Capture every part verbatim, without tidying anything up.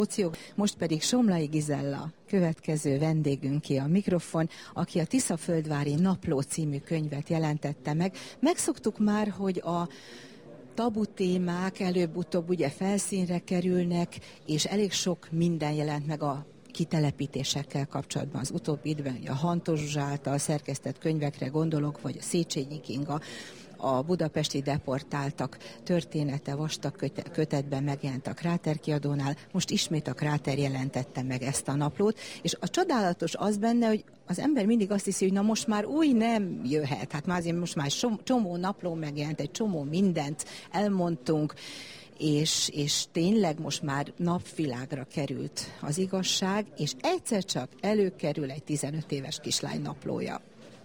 Most pedig Somlai Gizella következő vendégünké a mikrofon, aki a Tiszaföldvári Napló című könyvet jelentette meg. Megszoktuk már, hogy a tabu témák előbb-utóbb ugye felszínre kerülnek, és elég sok minden jelent meg a kitelepítésekkel kapcsolatban. Az utóbbi időben a Hantó Zsuzsa által szerkesztett könyvekre gondolok, vagy a Széchenyi Kinga, a budapesti deportáltak története vastag kötetben megjelent a Kráter kiadónál, most ismét a Kráter jelentette meg ezt a naplót, és a csodálatos az benne, hogy az ember mindig azt hiszi, hogy na most már új nem jöhet, hát már azért most már csomó napló megjelent, egy csomó mindent elmondtunk, és, és tényleg most már napvilágra került az igazság, és egyszer csak előkerül egy tizenöt éves kislány naplója.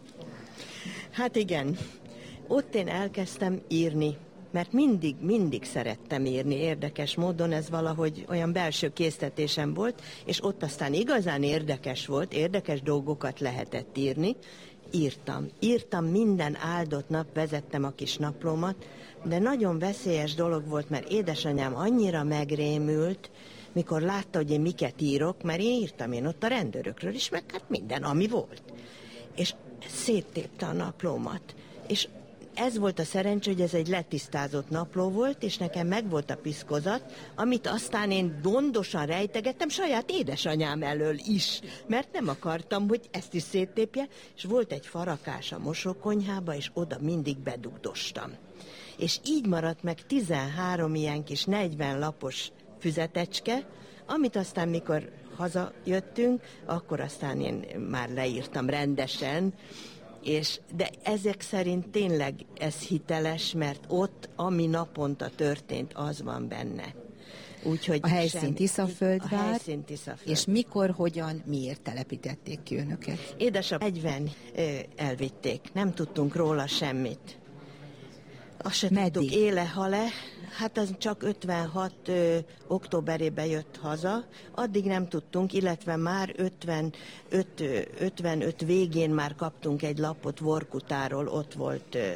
Hát igen. Ott én elkezdtem írni, mert mindig, mindig szerettem írni, érdekes módon, ez valahogy olyan belső késztetésem volt, és ott aztán igazán érdekes volt, érdekes dolgokat lehetett írni, írtam. Írtam minden áldott nap, vezettem a kis naplómat, de nagyon veszélyes dolog volt, mert édesanyám annyira megrémült, mikor látta, hogy én miket írok, mert én írtam én ott a rendőrökről is, meg hát minden, ami volt. És széttépte a naplómat, és ez volt a szerencsé, hogy ez egy letisztázott napló volt, és nekem megvolt a piszkozat, amit aztán én gondosan rejtegettem saját édesanyám elől is, mert nem akartam, hogy ezt is széttépje, és volt egy farakás a mosókonyhába, és oda mindig bedugdostam. És így maradt meg tizenhárom ilyen kis negyven lapos füzetecske, amit aztán mikor hazajöttünk, akkor aztán én már leírtam rendesen, és, de ezek szerint tényleg ez hiteles, mert ott, ami naponta történt, az van benne. Úgyhogy a helyszín Tiszaföldvár, a helyszín Tiszaföld. És mikor, hogyan, miért telepítették ki önöket? Édesapám negyven elvitték, nem tudtunk róla semmit. Azt se Meddig? tudtuk, éle-hale, hát az csak ötvenhat ö, októberében jött haza, addig nem tudtunk, illetve már ötvenöt, ötvenöt végén már kaptunk egy lapot Vorkutáról, ott volt ö, ö,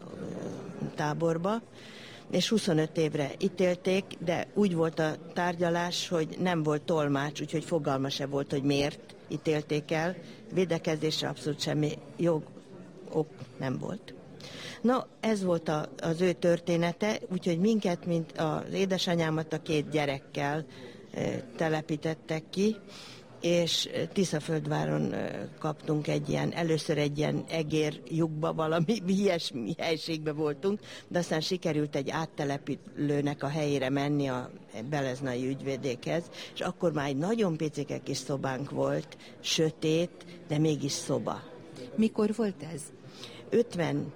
táborba, és huszonöt évre ítélték, de úgy volt a tárgyalás, hogy nem volt tolmács, úgyhogy fogalma se volt, hogy miért ítélték el, védekezésre abszolút semmi jog, ok nem volt. Na, ez volt a, az ő története, úgyhogy minket, mint az édesanyámat a két gyerekkel e, telepítettek ki, és Tiszaföldváron e, kaptunk egy ilyen, először egy ilyen egér lyukba, valami ilyesmi helységbe voltunk, de aztán sikerült egy áttelepülőnek a helyére menni a beleznai ügyvédékhez, és akkor már egy nagyon picike kis szobánk volt, sötét, de mégis szoba. Mikor volt ez? ötvenegy.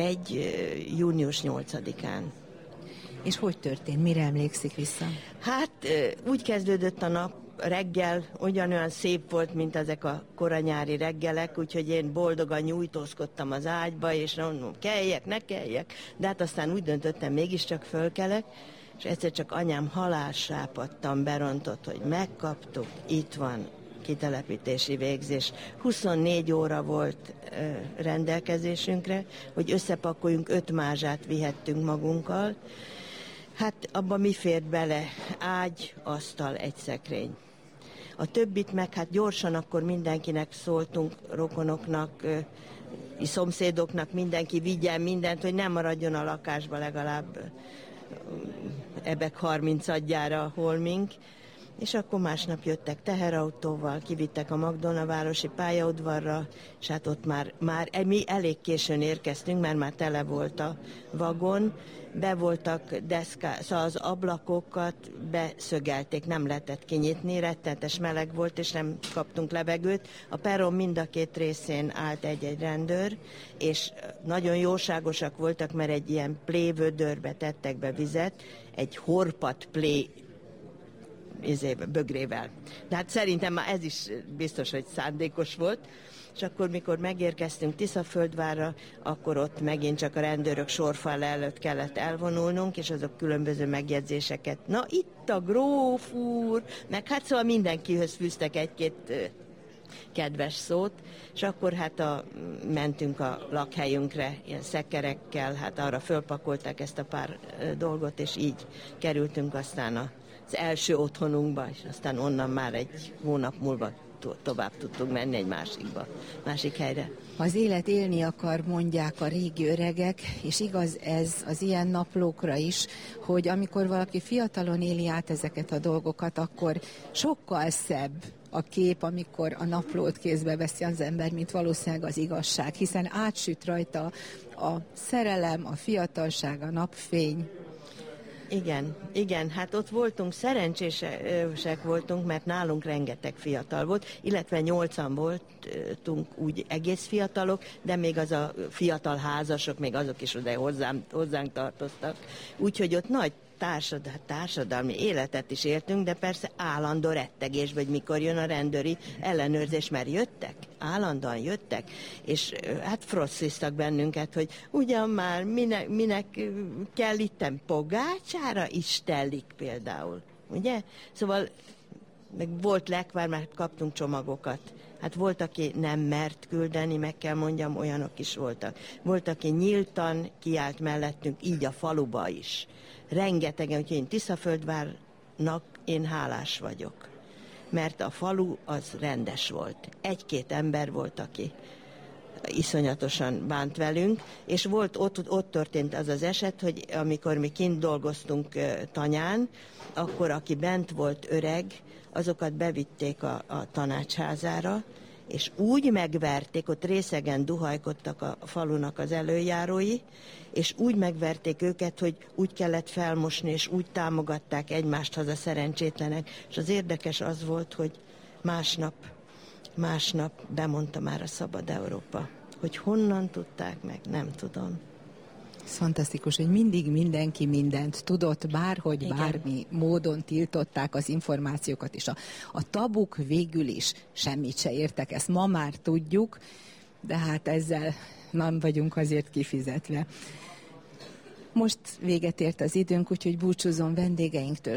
június nyolcadikán. És hogy történt? Mire emlékszik vissza? Hát úgy kezdődött a nap, reggel ugyanolyan szép volt, mint ezek a koranyári reggelek, úgyhogy én boldogan nyújtózkodtam az ágyba, és mondom, keljek, ne keljek, de hát aztán úgy döntöttem, mégiscsak fölkelek, és egyszer csak anyám halálsápadtan berontott, hogy megkaptuk, itt van, kitelepítési végzés. huszonnégy óra volt ö, rendelkezésünkre, hogy összepakoljunk, öt mázsát vihettünk magunkkal. Hát abban mi fért bele? Ágy, asztal, egy szekrény. A többit meg hát gyorsan akkor mindenkinek szóltunk, rokonoknak, ö, szomszédoknak, mindenki vigyen mindent, hogy nem maradjon a lakásba legalább ö, ebek harmincadjára holmink. És akkor másnap jöttek teherautóval, kivittek a Magdolna városi pályaudvarra, és hát ott már, már mi elég későn érkeztünk, mert már tele volt a vagon, be voltak deszká, szóval az ablakokat beszögelték, nem lehetett kinyitni, rettenetes meleg volt, és nem kaptunk levegőt. A perron mind a két részén állt egy-egy rendőr, és nagyon jóságosak voltak, mert egy ilyen plévödörbe tettek be vizet, egy horpat plé izébe, bögrével. De hát szerintem már ez is biztos, hogy szándékos volt, és akkor, mikor megérkeztünk Tiszaföldvárra, akkor ott megint csak a rendőrök sorfal előtt kellett elvonulnunk, és azok különböző megjegyzéseket. Na, itt a gróf úr, meg hát szóval mindenkihöz fűztek egy-két kedves szót, és akkor hát a, mentünk a lakhelyünkre ilyen szekerekkel, hát arra fölpakolták ezt a pár dolgot, és így kerültünk aztán a az első otthonunkba, és aztán onnan már egy hónap múlva to- tovább tudtunk menni egy másikba, másik helyre. Az élet élni akar, mondják a régi öregek, és igaz ez az ilyen naplókra is, hogy amikor valaki fiatalon éli át ezeket a dolgokat, akkor sokkal szebb a kép, amikor a naplót kézbe veszi az ember, mint valószínűleg az igazság, hiszen átsüt rajta a szerelem, a fiatalság, a napfény. Igen, igen, hát ott voltunk, szerencsések voltunk, mert nálunk rengeteg fiatal volt, illetve nyolcan voltunk úgy egész fiatalok, de még az a fiatal házasok, még azok is oda hozzám, hozzánk tartoztak. Úgyhogy ott nagy társad, társadalmi életet is éltünk, de persze állandó rettegés, hogy mikor jön a rendőri ellenőrzés, mert jöttek, állandóan jöttek, és hát frossziztak bennünket, hogy ugyan már minek, minek kell itten pogácsára is telik például, ugye? Szóval meg volt lekvár, mert kaptunk csomagokat. Hát volt, aki nem mert küldeni, meg kell mondjam, olyanok is voltak. Volt, aki nyíltan kiállt mellettünk, így a faluba is. Rengetegen, úgyhogy én Tiszaföldvárnak én hálás vagyok. Mert a falu az rendes volt. Egy-két ember volt, aki iszonyatosan bánt velünk, és volt ott, ott történt az az eset, hogy amikor mi kint dolgoztunk Tanyán, akkor aki bent volt öreg, azokat bevitték a, a tanácsházára, és úgy megverték, ott részegen duhajkodtak a falunak az előjárói, és úgy megverték őket, hogy úgy kellett felmosni, és úgy támogatták egymást haza szerencsétlenek. És az érdekes az volt, hogy másnap, másnap bemondta már a Szabad Európa, hogy honnan tudták meg, nem tudom. Ez fantasztikus, hogy mindig mindenki mindent tudott, bárhogy, igen, bármi módon tiltották az információkat, és a, a tabuk végül is semmit se értek, ezt ma már tudjuk, de hát ezzel nem vagyunk azért kifizetve. Most véget ért az időnk, úgyhogy búcsúzom vendégeinktől.